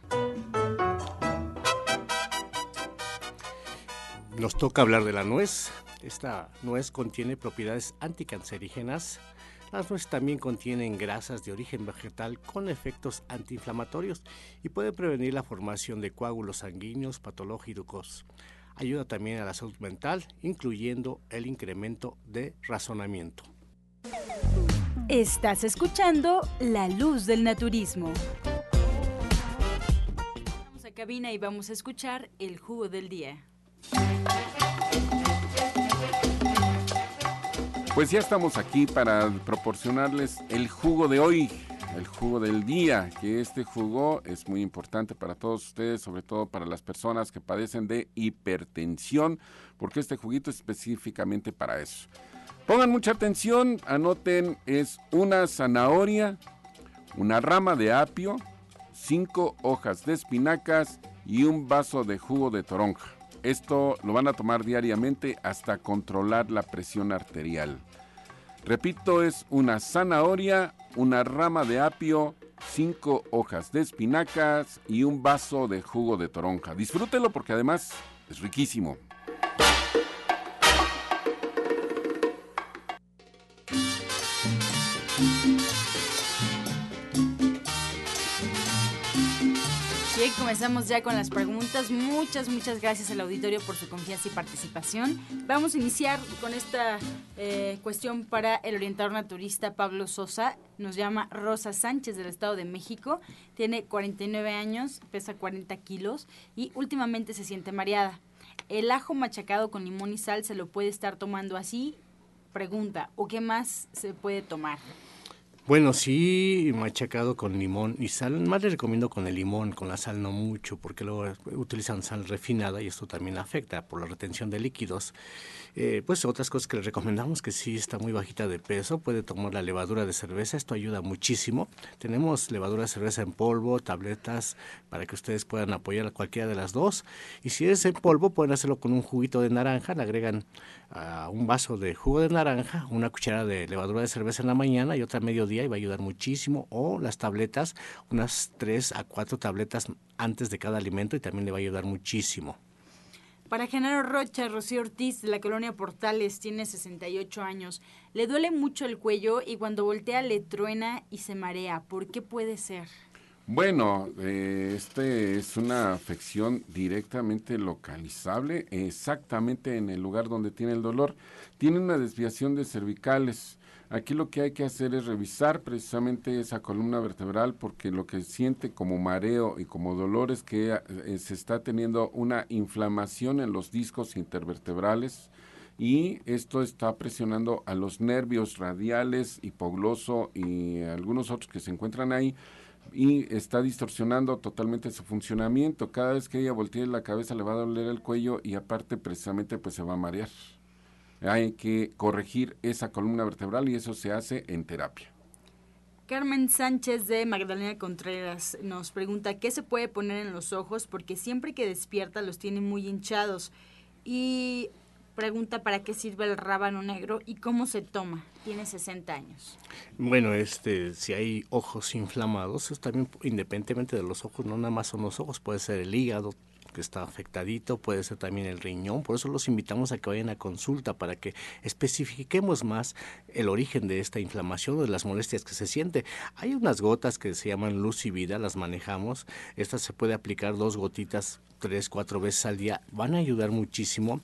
Nos toca hablar de la nuez. Esta nuez contiene propiedades anticancerígenas. Las nueces también contienen grasas de origen vegetal con efectos antiinflamatorios y puede prevenir la formación de coágulos sanguíneos patológicos. Ayuda también a la salud mental, incluyendo el incremento de razonamiento. Estás escuchando La Luz del Naturismo. Vamos a cabina y vamos a escuchar el jugo del día. Pues ya estamos aquí para proporcionarles el jugo de hoy, el jugo del día, que este jugo es muy importante para todos ustedes, sobre todo para las personas que padecen de hipertensión, porque este juguito es específicamente para eso. Pongan mucha atención, anoten, es una zanahoria, una rama de apio, 5 hojas de espinacas y un vaso de jugo de toronja. Esto lo van a tomar diariamente hasta controlar la presión arterial. Repito, es una zanahoria, una rama de apio, 5 hojas de espinacas y un vaso de jugo de toronja. Disfrútelo porque además es riquísimo. Bien, comenzamos ya con las preguntas. Muchas gracias al auditorio por su confianza y participación. Vamos a iniciar con esta cuestión para el orientador naturista Pablo Sosa. Nos llama Rosa Sánchez del Estado de México. Tiene 49 años, pesa 40 kilos y últimamente se siente mareada. ¿El ajo machacado con limón y sal se lo puede estar tomando así? Pregunta, ¿o qué más se puede tomar? Bueno, sí, machacado con limón y sal. Más le recomiendo con el limón, con la sal no mucho, porque luego utilizan sal refinada y esto también afecta por la retención de líquidos. Pues otras cosas que le recomendamos, que sí está muy bajita de peso, puede tomar la levadura de cerveza, esto ayuda muchísimo. Tenemos levadura de cerveza en polvo, tabletas, para que ustedes puedan apoyar a cualquiera de las dos. Y si es en polvo, pueden hacerlo con un juguito de naranja, le agregan un vaso de jugo de naranja, una cucharada de levadura de cerveza en la mañana y otra a mediodía, y va a ayudar muchísimo. O las tabletas, unas 3 a 4 tabletas antes de cada alimento, y también le va a ayudar muchísimo. Para Genaro Rocha, Rocío Ortiz de la colonia Portales, tiene 68 años. Le duele mucho el cuello y cuando voltea le truena y se marea. ¿Por qué puede ser? Bueno, es una afección directamente localizable, exactamente en el lugar donde tiene el dolor. Tiene una desviación de cervicales. Aquí lo que hay que hacer es revisar precisamente esa columna vertebral, porque lo que siente como mareo y como dolor es que se está teniendo una inflamación en los discos intervertebrales, y esto está presionando a los nervios radiales, hipogloso y algunos otros que se encuentran ahí, y está distorsionando totalmente su funcionamiento. Cada vez que ella voltee la cabeza le va a doler el cuello y aparte precisamente pues se va a marear. Hay que corregir esa columna vertebral y eso se hace en terapia. Carmen Sánchez de Magdalena Contreras nos pregunta qué se puede poner en los ojos porque siempre que despierta los tiene muy hinchados y pregunta para qué sirve el rábano negro y cómo se toma. Tiene 60 años. Bueno, si hay ojos inflamados, es también independientemente de los ojos, no nada más son los ojos, puede ser el hígado que está afectadito, puede ser también el riñón, por eso los invitamos a que vayan a consulta para que especifiquemos más el origen de esta inflamación o de las molestias que se siente. Hay unas gotas que se llaman Luz y Vida, las manejamos, estas se puede aplicar 2 gotitas 3-4 veces al día, van a ayudar muchísimo.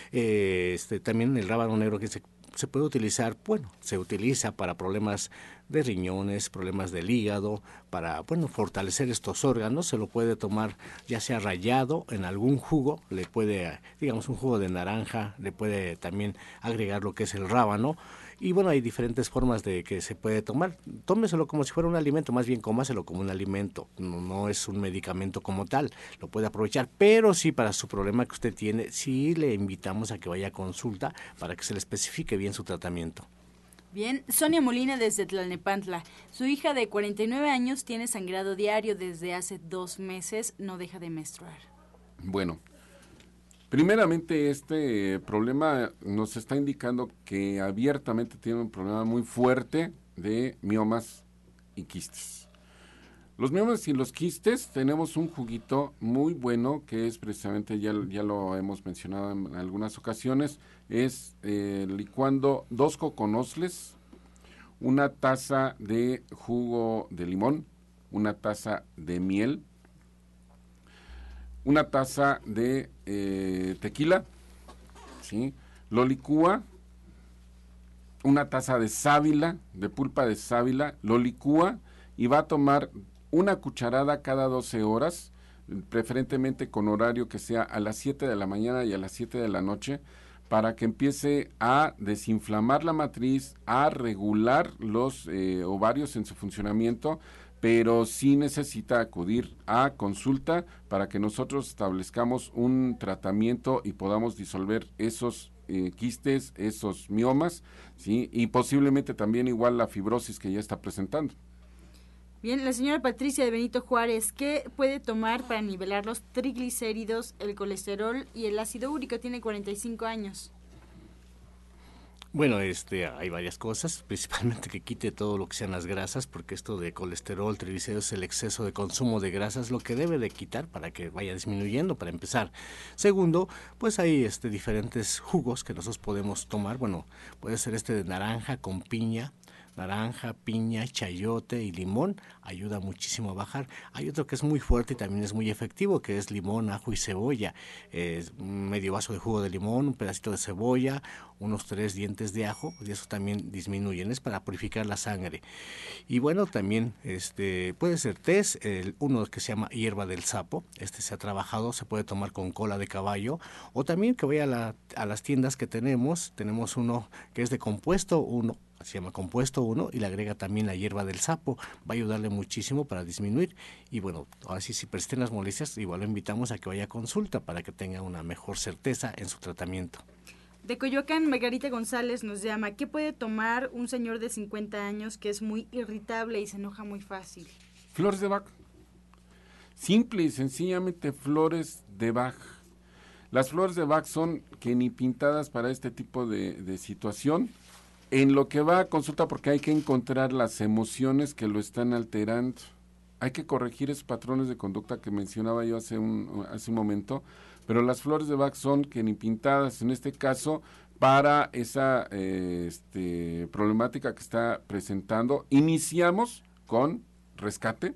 También el rábano negro que se puede utilizar, bueno, se utiliza para problemas de riñones, problemas del hígado, para, bueno, fortalecer estos órganos. Se lo puede tomar ya sea rallado en algún jugo, le puede, digamos, un jugo de naranja, le puede también agregar lo que es el rábano. Y bueno, hay diferentes formas de que se puede tomar. Tómeselo como si fuera un alimento, más bien cómaselo como un alimento. No es un medicamento como tal, lo puede aprovechar, pero sí para su problema que usted tiene, sí le invitamos a que vaya a consulta para que se le especifique bien su tratamiento. Bien, Sonia Molina desde Tlalnepantla. Su hija de 49 años tiene sangrado diario desde hace 2 meses, no deja de menstruar. Bueno, primeramente este problema nos está indicando que abiertamente tiene un problema muy fuerte de miomas y quistes. Los miomas y los quistes tenemos un juguito muy bueno que es precisamente, ya lo hemos mencionado en algunas ocasiones, es licuando 2 coconosles, 1 taza de jugo de limón, 1 taza de miel, 1 taza de tequila, ¿sí? Lo licúa, 1 taza de sábila, de pulpa de sábila, lo licúa y va a tomar 1 cucharada cada 12 horas, preferentemente con horario que sea a las 7 de la mañana y a las 7 de la noche, para que empiece a desinflamar la matriz, a regular los ovarios en su funcionamiento, pero sí necesita acudir a consulta para que nosotros establezcamos un tratamiento y podamos disolver esos quistes, esos miomas, ¿sí? Y posiblemente también igual la fibrosis que ya está presentando. Bien, la señora Patricia de Benito Juárez, ¿qué puede tomar para nivelar los triglicéridos, el colesterol y el ácido úrico? Tiene 45 años. Bueno, hay varias cosas, principalmente que quite todo lo que sean las grasas, porque esto de colesterol, triglicéridos, el exceso de consumo de grasas, lo que debe de quitar para que vaya disminuyendo, para empezar. Segundo, pues hay diferentes jugos que nosotros podemos tomar. Bueno, puede ser de naranja con piña, chayote y limón, ayuda muchísimo a bajar. Hay otro que es muy fuerte y también es muy efectivo, que es limón, ajo y cebolla. Medio vaso de jugo de limón, un pedacito de cebolla, unos 3 dientes de ajo, y eso también disminuyen, es para purificar la sangre. Y bueno, también puede ser test, uno que se llama hierba del sapo, se ha trabajado, se puede tomar con cola de caballo, o también que vaya a las tiendas que tenemos uno que es de compuesto 1, se llama compuesto 1 y le agrega también la hierba del sapo, va a ayudarle muchísimo para disminuir. Y bueno, ahora sí, si persisten las molestias, igual lo invitamos a que vaya a consulta para que tenga una mejor certeza en su tratamiento. De Coyoacán, Margarita González nos llama, ¿qué puede tomar un señor de 50 años que es muy irritable y se enoja muy fácil? Flores de Bach. Simple y sencillamente flores de Bach. Las flores de Bach son que ni pintadas para este tipo de situación. En lo que va a consulta, porque hay que encontrar las emociones que lo están alterando. Hay que corregir esos patrones de conducta que mencionaba yo hace un momento, pero las flores de Bach son que ni pintadas, en este caso, para esa problemática que está presentando. Iniciamos con rescate,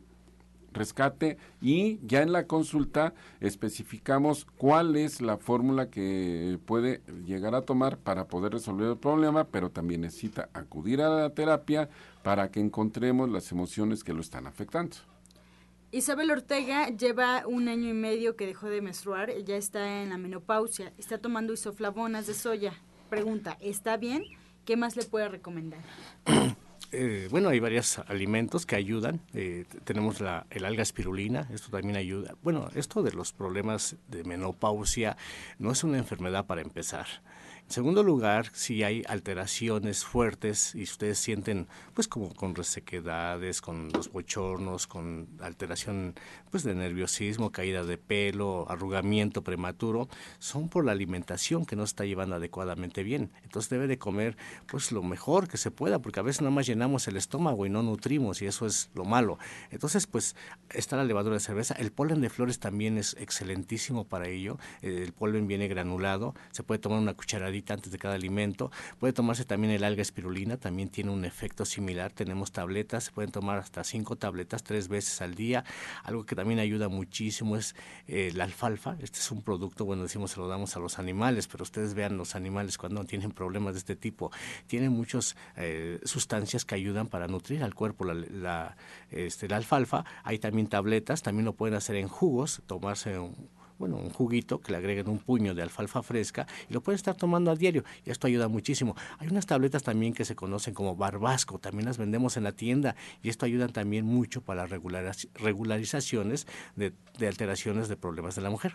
y ya en la consulta especificamos cuál es la fórmula que puede llegar a tomar para poder resolver el problema, pero también necesita acudir a la terapia para que encontremos las emociones que lo están afectando. Isabel Ortega lleva 1 año y medio que dejó de menstruar, ya está en la menopausia, está tomando isoflavonas de soya. Pregunta, ¿está bien? ¿Qué más le puede recomendar? Bueno, hay varios alimentos que ayudan. Tenemos el alga espirulina, esto también ayuda. Bueno, esto de los problemas de menopausia no es una enfermedad para empezar. En segundo lugar, si hay alteraciones fuertes y ustedes sienten pues como con resequedades, con los bochornos, con alteración pues de nerviosismo, caída de pelo, arrugamiento prematuro, son por la alimentación que no está llevando adecuadamente bien. Entonces debe de comer pues lo mejor que se pueda, porque a veces nada más llenamos el estómago y no nutrimos, y eso es lo malo. Entonces pues está la levadura de cerveza. El polen de flores también es excelentísimo para ello. El polen viene granulado, se puede tomar una cucharadita antes de cada alimento. Puede tomarse también el alga espirulina, también tiene un efecto similar. Tenemos tabletas, se pueden tomar hasta 5 tabletas 3 veces al día. Algo que también ayuda muchísimo es la alfalfa. Este es un producto, bueno, decimos se lo damos a los animales, pero ustedes vean los animales cuando tienen problemas de este tipo. Tienen muchas sustancias que ayudan para nutrir al cuerpo. La alfalfa, hay también tabletas, también lo pueden hacer en jugos, tomarse un juguito que le agreguen un puño de alfalfa fresca y lo pueden estar tomando a diario, y esto ayuda muchísimo. Hay unas tabletas también que se conocen como Barbasco, también las vendemos en la tienda, y esto ayuda también mucho para regularizaciones de alteraciones de problemas de la mujer.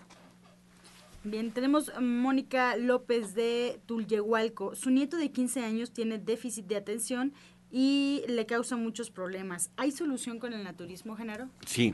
Bien, tenemos Mónica López de Tulyehualco. Su nieto de 15 años tiene déficit de atención y le causa muchos problemas. ¿Hay solución con el naturismo, Genaro? Sí.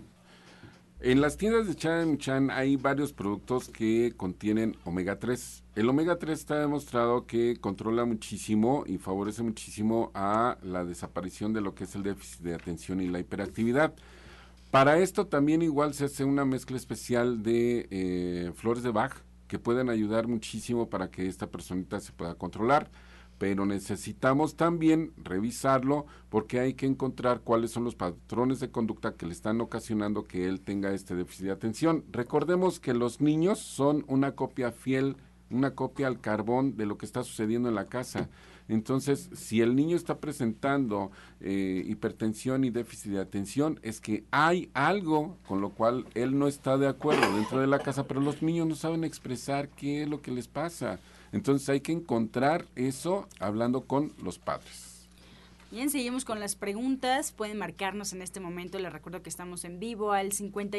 En las tiendas de Chan hay varios productos que contienen omega 3. El omega 3 está demostrado que controla muchísimo y favorece muchísimo a la desaparición de lo que es el déficit de atención y la hiperactividad. Para esto también igual se hace una mezcla especial de flores de Bach que pueden ayudar muchísimo para que esta personita se pueda controlar. Pero necesitamos también revisarlo porque hay que encontrar cuáles son los patrones de conducta que le están ocasionando que él tenga este déficit de atención. Recordemos que los niños son una copia fiel, una copia al carbón de lo que está sucediendo en la casa. Entonces, si el niño está presentando hipertensión y déficit de atención, es que hay algo con lo cual él no está de acuerdo dentro de la casa, pero los niños no saben expresar qué es lo que les pasa. Entonces hay que encontrar eso hablando con los padres. Bien, seguimos con las preguntas. Pueden marcarnos en este momento. Les recuerdo que estamos en vivo al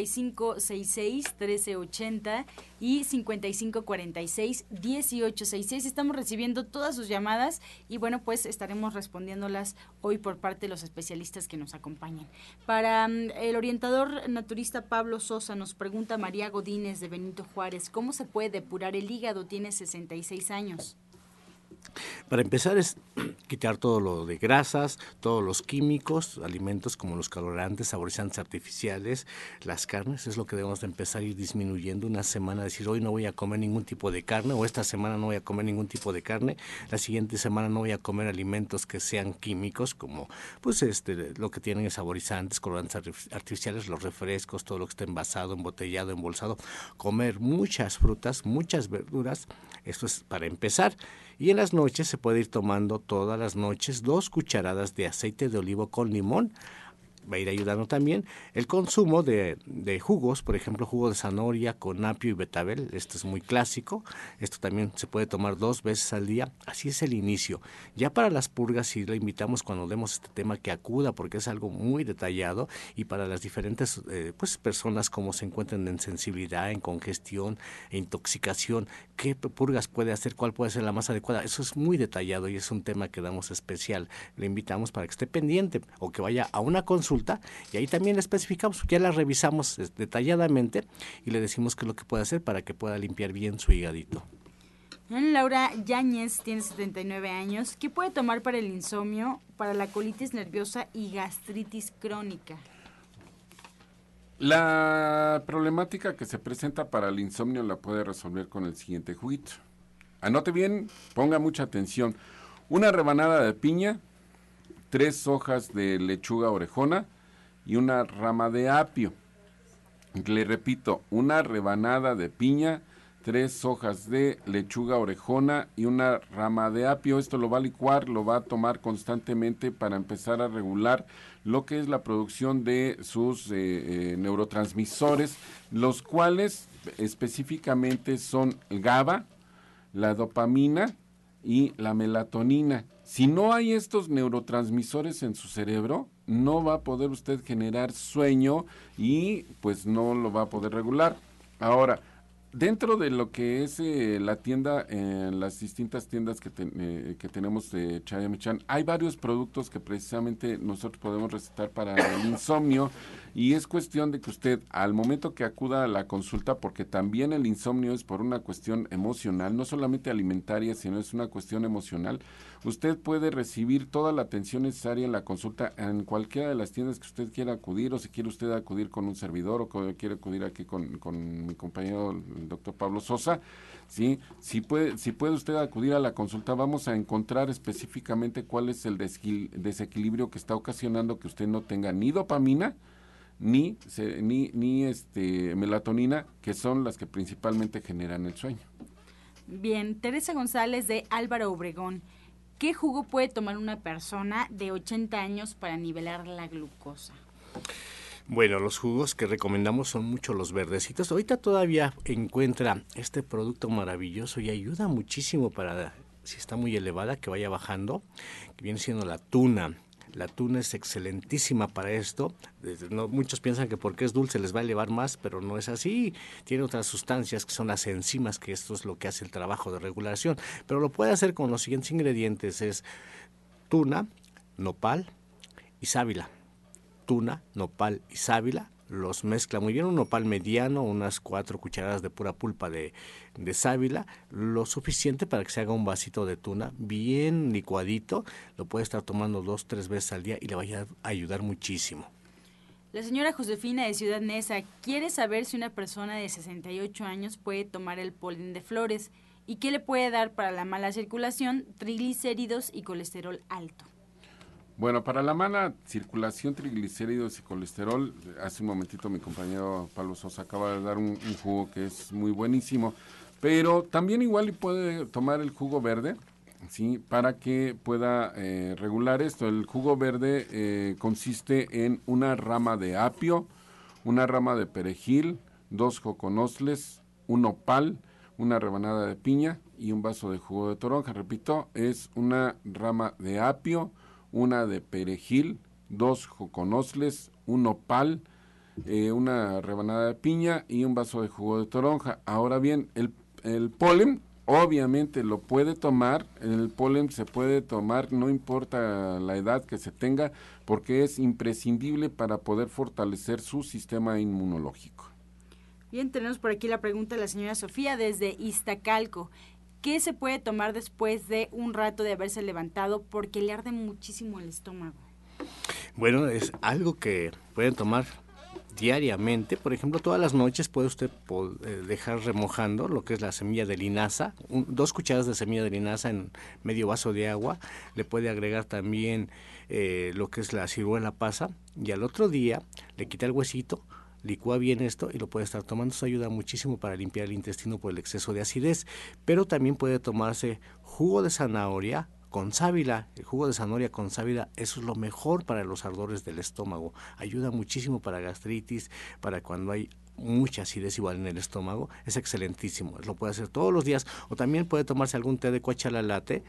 5566-1380 y 5546-1866. Estamos recibiendo todas sus llamadas y bueno, pues estaremos respondiéndolas hoy por parte de los especialistas que nos acompañan. Para el orientador naturista Pablo Sosa nos pregunta María Godínez de Benito Juárez, ¿cómo se puede depurar el hígado? Tiene 66 años. Para empezar es quitar todo lo de grasas, todos los químicos, alimentos como los colorantes, saborizantes artificiales, las carnes, es lo que debemos de empezar a ir disminuyendo. Una semana decir hoy no voy a comer ningún tipo de carne, o esta semana no voy a comer ningún tipo de carne, la siguiente semana no voy a comer alimentos que sean químicos como pues lo que tienen saborizantes, colorantes artificiales, los refrescos, todo lo que está envasado, embotellado, embolsado, comer muchas frutas, muchas verduras, esto es para empezar. Y en las noches se puede ir tomando todas las noches 2 cucharadas de aceite de olivo con limón. Va a ir ayudando también el consumo de jugos, por ejemplo, jugo de zanahoria con apio y betabel. Esto es muy clásico. Esto también se puede tomar 2 veces al día. Así es el inicio. Ya para las purgas, sí le invitamos cuando demos este tema que acuda, porque es algo muy detallado, y para las diferentes personas como se encuentran en sensibilidad, en congestión, en intoxicación, qué purgas puede hacer, cuál puede ser la más adecuada. Eso es muy detallado y es un tema que damos especial. Le invitamos para que esté pendiente o que vaya a una consulta, y ahí también le especificamos, ya la revisamos detalladamente y le decimos qué es lo que puede hacer para que pueda limpiar bien su hígadito. Laura Yáñez tiene 79 años. ¿Qué puede tomar para el insomnio, para la colitis nerviosa y gastritis crónica? La problemática que se presenta para el insomnio la puede resolver con el siguiente juguito. Anote bien, ponga mucha atención. Una rebanada de piña, 3 hojas de lechuga orejona y una rama de apio. Le repito, una rebanada de piña, 3 hojas de lechuga orejona y una rama de apio. Esto lo va a licuar, lo va a tomar constantemente para empezar a regular lo que es la producción de sus neurotransmisores, los cuales específicamente son el GABA, la dopamina y la melatonina. Si no hay estos neurotransmisores en su cerebro, no va a poder usted generar sueño y pues no lo va a poder regular. Ahora, dentro de lo que es la tienda, las distintas tiendas que tenemos de Chayamichan, hay varios productos que precisamente nosotros podemos recetar para el insomnio, y es cuestión de que usted, al momento que acuda a la consulta, porque también el insomnio es por una cuestión emocional, no solamente alimentaria, sino es una cuestión emocional, usted puede recibir toda la atención necesaria en la consulta en cualquiera de las tiendas que usted quiera acudir, o si quiere usted acudir con un servidor, o quiere acudir aquí con mi compañero, el doctor Pablo Sosa, ¿sí? Si puede usted acudir a la consulta, vamos a encontrar específicamente cuál es el desequilibrio que está ocasionando que usted no tenga ni dopamina, ni melatonina, que son las que principalmente generan el sueño. Bien, Teresa González de Álvaro Obregón. ¿Qué jugo puede tomar una persona de 80 años para nivelar la glucosa? Bueno, los jugos que recomendamos son mucho los verdecitos. Ahorita todavía encuentra este producto maravilloso y ayuda muchísimo para, si está muy elevada, que vaya bajando, que viene siendo la tuna. La tuna es excelentísima para esto. Muchos piensan que porque es dulce les va a elevar más, pero no es así. Tiene otras sustancias que son las enzimas, que esto es lo que hace el trabajo de regulación. Pero lo puede hacer con los siguientes ingredientes: es tuna, nopal y sábila. Tuna, nopal y sábila, los mezcla muy bien, un nopal mediano, unas 4 cucharadas de pura pulpa de sábila, lo suficiente para que se haga un vasito de tuna bien licuadito. Lo puede estar tomando 2-3 veces al día y le va a ayudar muchísimo. La señora Josefina de Ciudad Neza quiere saber si una persona de 68 años puede tomar el polen de flores y qué le puede dar para la mala circulación, triglicéridos y colesterol alto. Bueno, para la mala circulación, triglicéridos y colesterol, hace un momentito mi compañero Pablo Sosa acaba de dar un jugo que es muy buenísimo, pero también igual puede tomar el jugo verde, ¿sí? Para que pueda regular esto. El jugo verde consiste en una rama de apio, una rama de perejil, 2 joconosles, un nopal, una rebanada de piña y un vaso de jugo de toronja. Repito, es una rama de apio, una de perejil, 2 joconosles, un nopal, una rebanada de piña y un vaso de jugo de toronja. Ahora bien, el polen obviamente lo puede tomar, el polen se puede tomar, no importa la edad que se tenga, porque es imprescindible para poder fortalecer su sistema inmunológico. Bien, tenemos por aquí la pregunta de la señora Sofía desde Iztacalco. ¿Qué se puede tomar después de un rato de haberse levantado porque le arde muchísimo el estómago? Bueno, es algo que pueden tomar diariamente. Por ejemplo, todas las noches puede usted dejar remojando lo que es la semilla de linaza, 2 cucharadas de semilla de linaza en medio vaso de agua. Le puede agregar también lo que es la ciruela pasa, y al otro día le quita el huesito, licúa bien esto y lo puede estar tomando. Eso ayuda muchísimo para limpiar el intestino por el exceso de acidez. Pero también puede tomarse jugo de zanahoria con sábila. El jugo de zanahoria con sábila, eso es lo mejor para los ardores del estómago. Ayuda muchísimo para gastritis, para cuando hay mucha acidez igual en el estómago. Es excelentísimo. Lo puede hacer todos los días. O también puede tomarse algún té de cuachalalate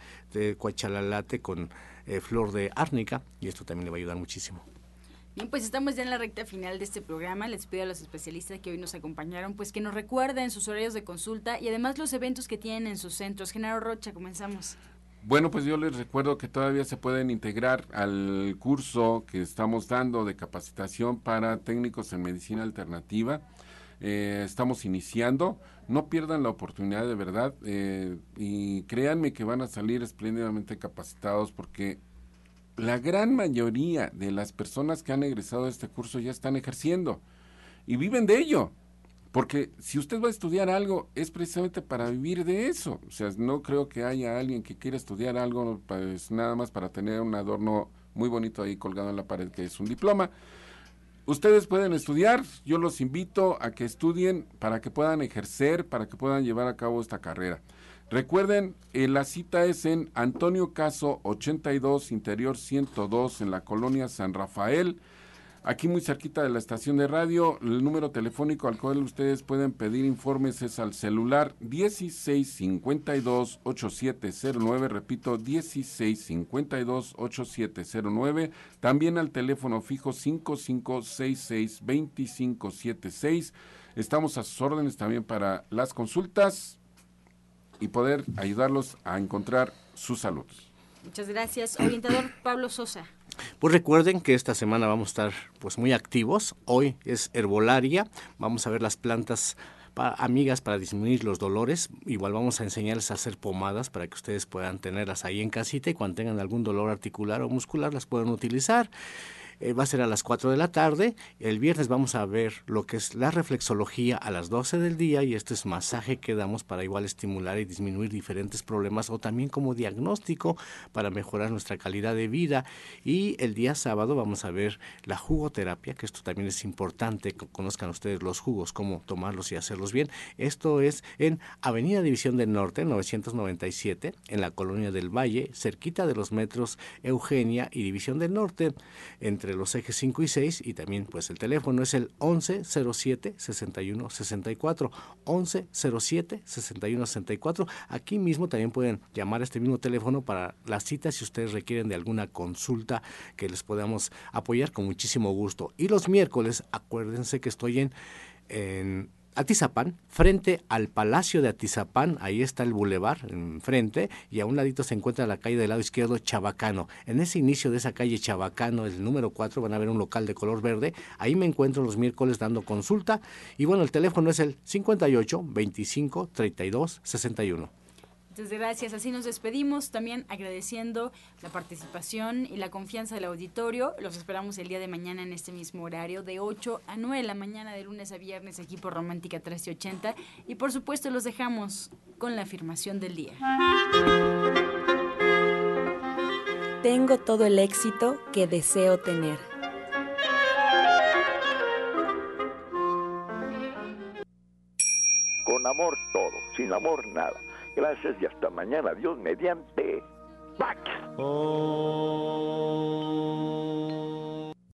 con flor de árnica, y esto también le va a ayudar muchísimo. Bien, pues estamos ya en la recta final de este programa. Les pido a los especialistas que hoy nos acompañaron, pues que nos recuerden sus horarios de consulta y además los eventos que tienen en sus centros. Genaro Rocha, comenzamos. Bueno, pues yo les recuerdo que todavía se pueden integrar al curso que estamos dando de capacitación para técnicos en medicina alternativa. Estamos iniciando, no pierdan la oportunidad de verdad, y créanme que van a salir espléndidamente capacitados, porque la gran mayoría de las personas que han egresado de este curso ya están ejerciendo y viven de ello, porque si usted va a estudiar algo es precisamente para vivir de eso. O sea, no creo que haya alguien que quiera estudiar algo pues nada más para tener un adorno muy bonito ahí colgado en la pared que es un diploma. Ustedes pueden estudiar, yo los invito a que estudien para que puedan ejercer, para que puedan llevar a cabo esta carrera. Recuerden, la cita es en Antonio Caso 82, Interior 102, en la colonia San Rafael. aquí muy cerquita de la estación de radio. El número telefónico al cual ustedes pueden pedir informes es al celular 1652-8709, repito, 1652-8709, también al teléfono fijo 5566-2576. Estamos a sus órdenes también para las consultas y poder ayudarlos a encontrar su salud. Muchas gracias, orientador Pablo Sosa. Pues recuerden que esta semana vamos a estar pues muy activos. Hoy es herbolaria, vamos a ver las plantas amigas para disminuir los dolores. Igual vamos a enseñarles a hacer pomadas para que ustedes puedan tenerlas ahí en casita y cuando tengan algún dolor articular o muscular las puedan utilizar. Va a ser a las 4 de la tarde. El viernes vamos a ver lo que es la reflexología a las 12 del día y esto es masaje que damos para igual estimular y disminuir diferentes problemas o también como diagnóstico para mejorar nuestra calidad de vida. Y el día sábado vamos a ver la jugoterapia, que esto también es importante que conozcan ustedes los jugos, cómo tomarlos y hacerlos bien. Esto es en Avenida División del Norte, 997, en la Colonia del Valle, cerquita de los metros Eugenia y División del Norte, entre los ejes 5 y 6, y también pues el teléfono es el 1107-6164, 1107-6164. Aquí mismo también pueden llamar a este mismo teléfono para las citas si ustedes requieren de alguna consulta que les podamos apoyar con muchísimo gusto. Y los miércoles, acuérdense que estoy en Atizapán, frente al Palacio de Atizapán, ahí está el bulevar enfrente y a un ladito se encuentra la calle del lado izquierdo Chabacano. En ese inicio de esa calle Chabacano, el número 4, van a ver un local de color verde. Ahí me encuentro los miércoles dando consulta y bueno, el teléfono es el 58 25 32 61. Muchas gracias, así nos despedimos, también agradeciendo la participación y la confianza del auditorio. Los esperamos el día de mañana en este mismo horario, de 8 a 9 de la mañana, de lunes a viernes, aquí por Romántica 1380. Y por supuesto los dejamos con la afirmación del día. Tengo todo el éxito que deseo tener. Con amor todo, sin amor nada. Gracias y hasta mañana. Dios mediante. ¡Pax!